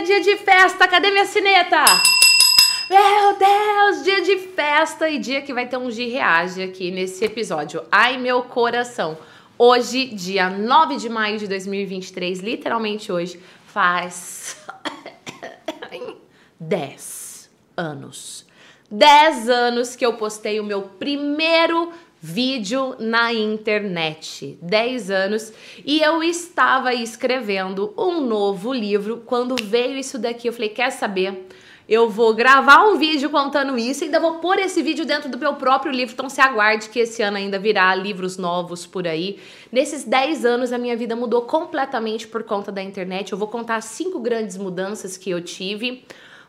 dia de festa, cadê minha sineta? Meu Deus, dia de festa e dia que vai ter um Gi Reage aqui nesse episódio. Ai, meu coração. Hoje, dia 9 de maio de 2023, literalmente hoje, faz 10 anos. 10 anos que eu postei o meu primeiro vídeo na internet. 10 anos. E eu estava escrevendo um novo livro. Quando veio isso daqui, eu falei, quer saber? Eu vou gravar um vídeo contando isso e ainda vou pôr esse vídeo dentro do meu próprio livro, então se aguarde que esse ano ainda virá livros novos por aí. Nesses 10 anos a minha vida mudou completamente por conta da internet. Eu vou contar 5 grandes mudanças que eu tive,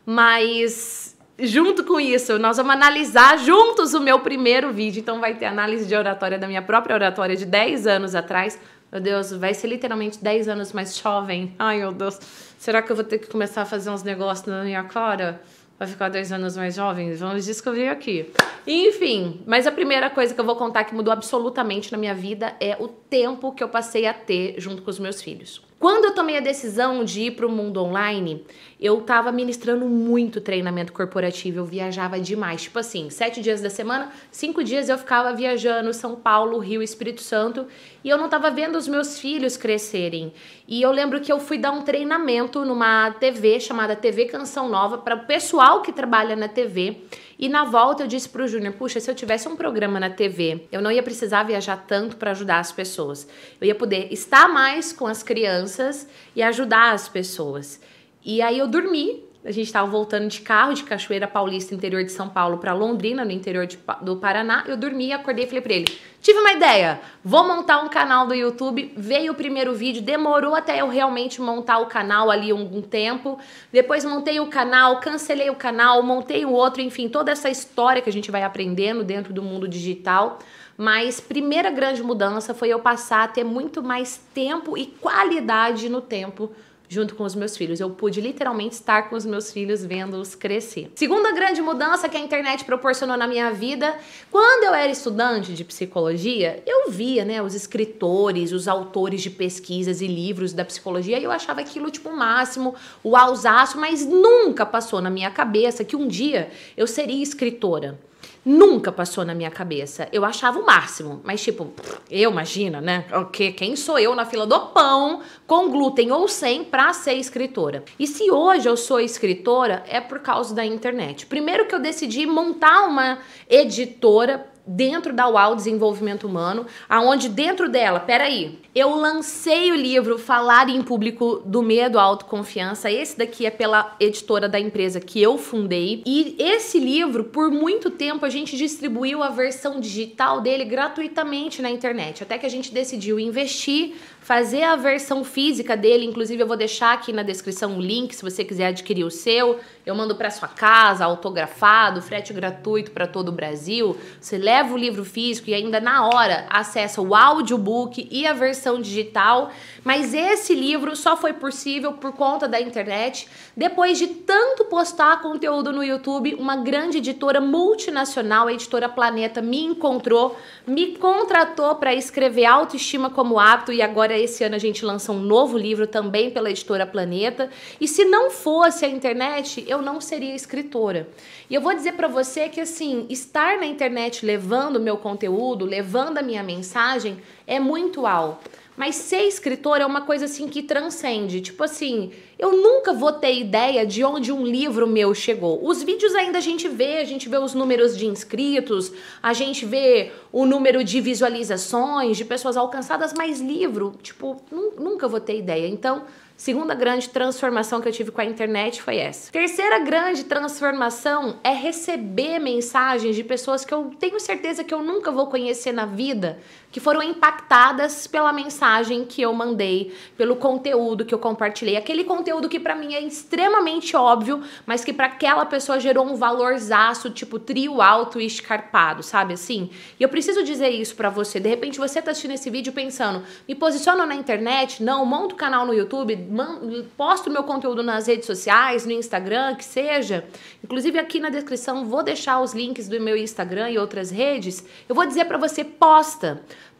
mas junto com isso nós vamos analisar juntos o meu primeiro vídeo, então vai ter análise de oratória da minha própria oratória de 10 anos atrás. Meu Deus, vai ser literalmente 10 anos mais jovem. Ai, meu Deus. Será que eu vou ter que começar a fazer uns negócios na minha cara? Vai ficar 10 anos mais jovem? Vamos descobrir aqui. Enfim, mas a primeira coisa que eu vou contar que mudou absolutamente na minha vida é o tempo que eu passei a ter junto com os meus filhos. Quando eu tomei a decisão de ir para o mundo online, eu tava ministrando muito treinamento corporativo, eu viajava demais. Tipo assim, 7 dias da semana, 5 dias eu ficava viajando São Paulo, Rio, Espírito Santo, e eu não tava vendo os meus filhos crescerem. E eu lembro que eu fui dar um treinamento numa TV chamada TV Canção Nova para o pessoal que trabalha na TV. E na volta eu disse pro Júnior, puxa, se eu tivesse um programa na TV, eu não ia precisar viajar tanto para ajudar as pessoas. Eu ia poder estar mais com as crianças e ajudar as pessoas. E aí eu dormi. A gente estava voltando de carro de Cachoeira Paulista, interior de São Paulo, para Londrina, no interior do Paraná. Eu dormi, acordei e falei para ele, tive uma ideia, vou montar um canal do YouTube. Veio o primeiro vídeo, demorou até eu realmente montar o canal ali um tempo. Depois montei o canal, cancelei o canal, montei o outro, enfim, toda essa história que a gente vai aprendendo dentro do mundo digital. Mas primeira grande mudança foi eu passar a ter muito mais tempo e qualidade no tempo junto com os meus filhos. Eu pude literalmente estar com os meus filhos, vendo-os crescer. Segunda grande mudança que a internet proporcionou na minha vida, quando eu era estudante de psicologia, eu via, né, os escritores, os autores de pesquisas e livros da psicologia e eu achava aquilo tipo o máximo, o ausaço, mas nunca passou na minha cabeça que um dia eu seria escritora. Nunca passou na minha cabeça. Eu achava o máximo, mas tipo, eu imagina, né? Quem sou eu na fila do pão, com glúten ou sem, pra ser escritora? E se hoje eu sou escritora, é por causa da internet. Primeiro que eu decidi montar uma editora dentro da UAU Desenvolvimento Humano, aonde dentro dela, peraí, eu lancei o livro Falar em Público do Medo à Autoconfiança. Esse daqui é pela editora da empresa que eu fundei. E esse livro, por muito tempo, a gente distribuiu a versão digital dele gratuitamente na internet. Até que a gente decidiu investir, fazer a versão física dele. Inclusive, eu vou deixar aqui na descrição o link, se você quiser adquirir o seu. Eu mando para sua casa, autografado, frete gratuito para todo o Brasil. Você leva o livro físico e ainda na hora acessa o audiobook e a versão digital, mas esse livro só foi possível por conta da internet. Depois de tanto postar conteúdo no YouTube, uma grande editora multinacional, a editora Planeta, me encontrou, me contratou para escrever Autoestima como Hábito e agora esse ano a gente lança um novo livro também pela editora Planeta. E se não fosse a internet, eu não seria escritora. E eu vou dizer para você que assim, estar na internet levando o meu conteúdo, levando a minha mensagem, é muito alto. Mas ser escritora é uma coisa assim que transcende. Tipo assim, eu nunca vou ter ideia de onde um livro meu chegou. Os vídeos ainda a gente vê os números de inscritos, a gente vê o número de visualizações, de pessoas alcançadas, mas livro, tipo, nunca vou ter ideia. Então, segunda grande transformação que eu tive com a internet foi essa. Terceira grande transformação é receber mensagens de pessoas que eu tenho certeza que eu nunca vou conhecer na vida, que foram impactadas pela mensagem que eu mandei, pelo conteúdo que eu compartilhei. Aquele conteúdo que pra mim é extremamente óbvio, mas que pra aquela pessoa gerou um valorzaço, tipo trio alto e escarpado, sabe assim? E eu preciso dizer isso pra você. De repente você tá assistindo esse vídeo pensando, me posiciono na internet? Não, monto canal no YouTube, posto meu conteúdo nas redes sociais, no Instagram, que seja. Inclusive aqui na descrição vou deixar os links do meu Instagram e outras redes. Eu vou dizer pra você, posta.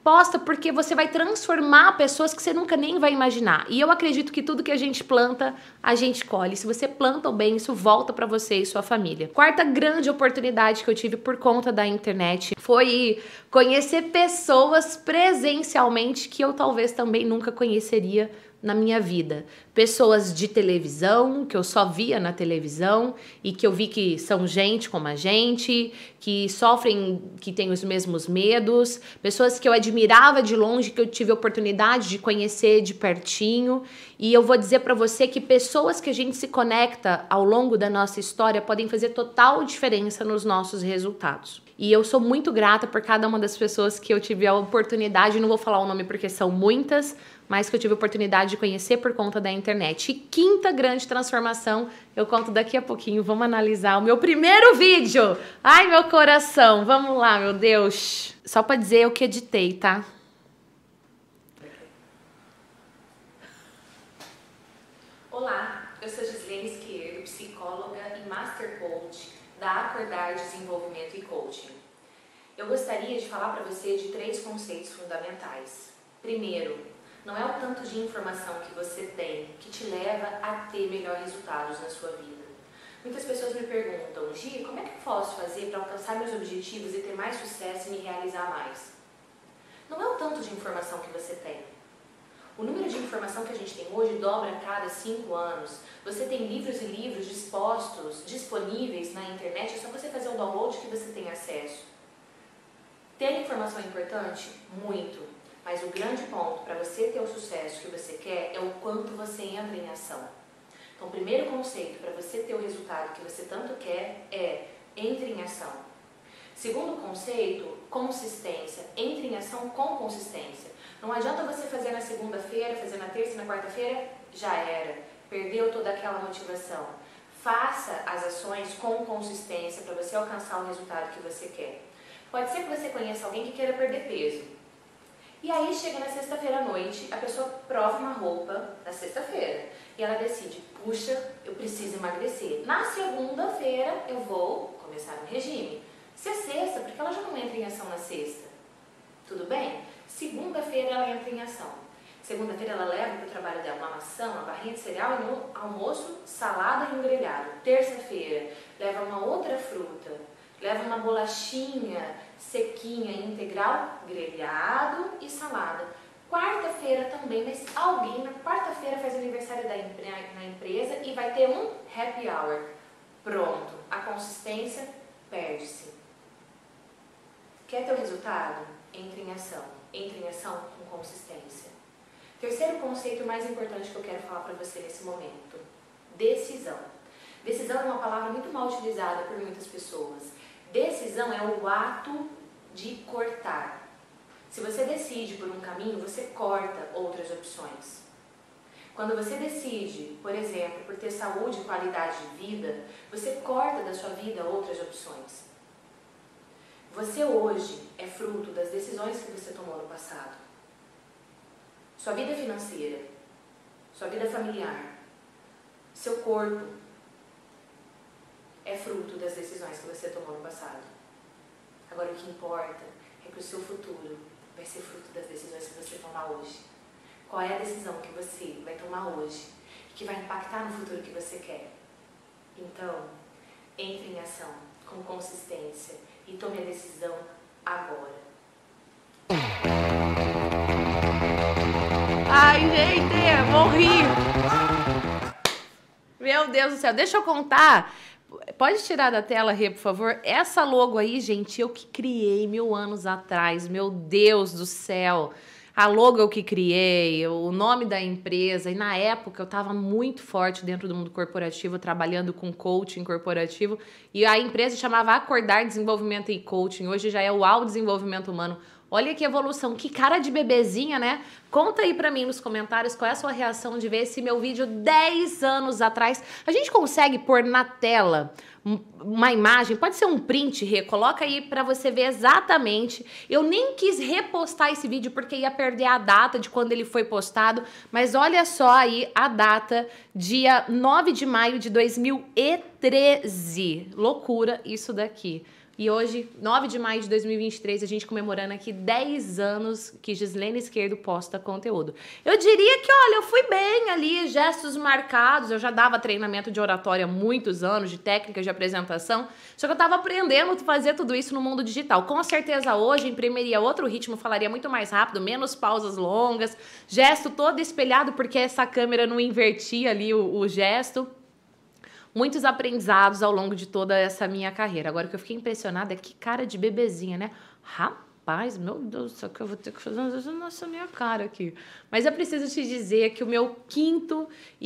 Posta porque você vai transformar pessoas que você nunca nem vai imaginar. E eu acredito que tudo que a gente planta, a gente colhe. Se você planta o bem, isso volta pra você e sua família. Quarta grande oportunidade que eu tive por conta da internet foi conhecer pessoas presencialmente que eu talvez também nunca conheceria na minha vida. Pessoas de televisão, que eu só via na televisão e que eu vi que são gente como a gente, que sofrem, que têm os mesmos medos, pessoas que eu admirava de longe, que eu tive a oportunidade de conhecer de pertinho. E eu vou dizer para você que pessoas que a gente se conecta ao longo da nossa história podem fazer total diferença nos nossos resultados. E eu sou muito grata por cada uma das pessoas que eu tive a oportunidade, não vou falar o nome porque são muitas, mas que eu tive a oportunidade de conhecer por conta da internet. E quinta grande transformação, eu conto daqui a pouquinho, vamos analisar o meu primeiro vídeo. Ai, meu coração, vamos lá, meu Deus. Só pra dizer o que editei, tá? Olá, eu sou Gislene Esquerdo, psicóloga e Master Coach da Acordar Desenvolvimento e Coaching. Eu gostaria de falar para você de 3 conceitos fundamentais. Primeiro, não é o tanto de informação que você tem que te leva a ter melhores resultados na sua vida. Muitas pessoas me perguntam, Gi, como é que eu posso fazer para alcançar meus objetivos e ter mais sucesso e me realizar mais? Não é o tanto de informação que você tem. O número de informação que a gente tem hoje dobra a cada 5 anos. Você tem livros e livros disponíveis na internet, é só você fazer o download que você tem acesso. Ter informação é importante? Muito. Mas o grande ponto para você ter o sucesso que você quer é o quanto você entra em ação. Então, o primeiro conceito para você ter o resultado que você tanto quer é entre em ação. Segundo conceito, consistência. Entre em ação com consistência. Não adianta você fazer na segunda-feira, fazer na terça e na quarta-feira, já era. Perdeu toda aquela motivação. Faça as ações com consistência para você alcançar o resultado que você quer. Pode ser que você conheça alguém que queira perder peso. E aí chega na sexta-feira à noite, a pessoa prova uma roupa na sexta-feira. E ela decide, puxa, eu preciso emagrecer. Na segunda-feira eu vou começar um regime. Se é sexta, porque ela já não entra em ação na sexta. Tudo bem? Segunda-feira ela entra em ação. Segunda-feira ela leva para o trabalho dela uma maçã, uma barrinha de cereal e no almoço, salada e um grelhado. Terça-feira leva uma outra fruta, leva uma bolachinha sequinha integral, grelhado e salada. Quarta-feira também, mas alguém na quarta-feira faz aniversário na empresa e vai ter um happy hour. Pronto, a consistência perde-se. Quer ter o resultado? Entre em ação. Entre em ação com consistência. Terceiro conceito mais importante que eu quero falar para você nesse momento. Decisão. Decisão é uma palavra muito mal utilizada por muitas pessoas. Decisão é o ato de cortar. Se você decide por um caminho, você corta outras opções. Quando você decide, por exemplo, por ter saúde e qualidade de vida, você corta da sua vida outras opções. Você hoje é fruto das decisões que você tomou no passado. Sua vida financeira, sua vida familiar, seu corpo é fruto das decisões que você tomou no passado. Agora o que importa é que o seu futuro vai ser fruto das decisões que você tomar hoje. Qual é a decisão que você vai tomar hoje e que vai impactar no futuro que você quer? Então, entre em ação com consistência e tome a decisão agora. Ai, gente, morri! Meu Deus do céu, deixa eu contar. Pode tirar da tela, Rê, por favor? Essa logo aí, gente, eu que criei 1000 anos atrás. Meu Deus do céu. A logo eu que criei, o nome da empresa. E na época eu estava muito forte dentro do mundo corporativo, trabalhando com coaching corporativo. E a empresa chamava Acordar Desenvolvimento e Coaching. Hoje já é o UAU Desenvolvimento Humano. Olha que evolução, que cara de bebezinha, né? Conta aí pra mim nos comentários qual é a sua reação de ver esse meu vídeo 10 anos atrás. A gente consegue pôr na tela uma imagem, pode ser um print, Rê, coloca aí pra você ver exatamente. Eu nem quis repostar esse vídeo porque ia perder a data de quando ele foi postado, mas olha só aí a data, dia 9 de maio de 2013. Loucura isso daqui. E hoje, 9 de maio de 2023, a gente comemorando aqui 10 anos que Gislene Esquerdo posta conteúdo. Eu diria que, olha, eu fui bem ali, gestos marcados, eu já dava treinamento de oratória há muitos anos, de técnicas de apresentação, só que eu tava aprendendo a fazer tudo isso no mundo digital. Com certeza hoje imprimiria outro ritmo, falaria muito mais rápido, menos pausas longas, gesto todo espelhado porque essa câmera não invertia ali o gesto. Muitos aprendizados ao longo de toda essa minha carreira. Agora, o que eu fiquei impressionada é que cara de bebezinha, né? Rapaz, meu Deus do céu, que eu vou ter que fazer nossa minha cara aqui. Mas eu preciso te dizer que minha quinta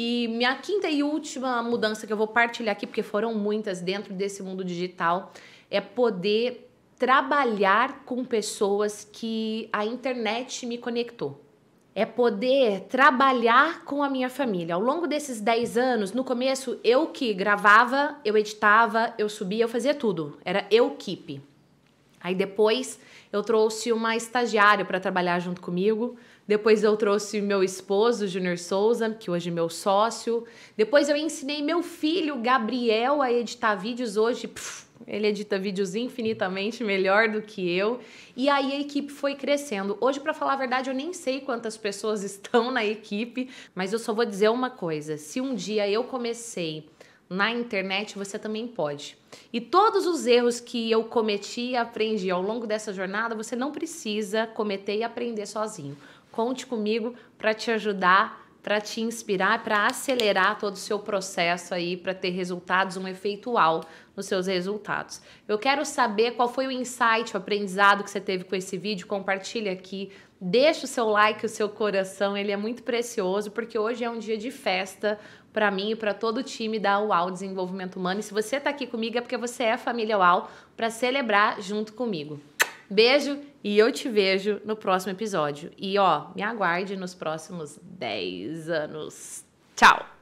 e última mudança que eu vou partilhar aqui, porque foram muitas dentro desse mundo digital, é poder trabalhar com pessoas que a internet me conectou. É poder trabalhar com a minha família. Ao longo desses 10 anos, no começo, eu que gravava, eu editava, eu subia, eu fazia tudo. Era eu-keep. Aí depois eu trouxe uma estagiária para trabalhar junto comigo. Depois eu trouxe meu esposo, Júnior Souza, que hoje é meu sócio. Depois eu ensinei meu filho, Gabriel, a editar vídeos. Hoje, ele edita vídeos infinitamente melhor do que eu. E aí a equipe foi crescendo. Hoje, para falar a verdade, eu nem sei quantas pessoas estão na equipe, mas eu só vou dizer uma coisa. Se um dia eu comecei na internet, você também pode. E todos os erros que eu cometi e aprendi ao longo dessa jornada, você não precisa cometer e aprender sozinho. Conte comigo para te ajudar, para te inspirar, para acelerar todo o seu processo aí, para ter resultados, um efeito uau nos seus resultados. Eu quero saber qual foi o insight, o aprendizado que você teve com esse vídeo. Compartilha aqui, deixa o seu like, o seu coração, ele é muito precioso, porque hoje é um dia de festa para mim e para todo o time da UAU Desenvolvimento Humano. E se você está aqui comigo é porque você é a família UAU para celebrar junto comigo. Beijo e eu te vejo no próximo episódio. E ó, me aguarde nos próximos 10 anos. Tchau!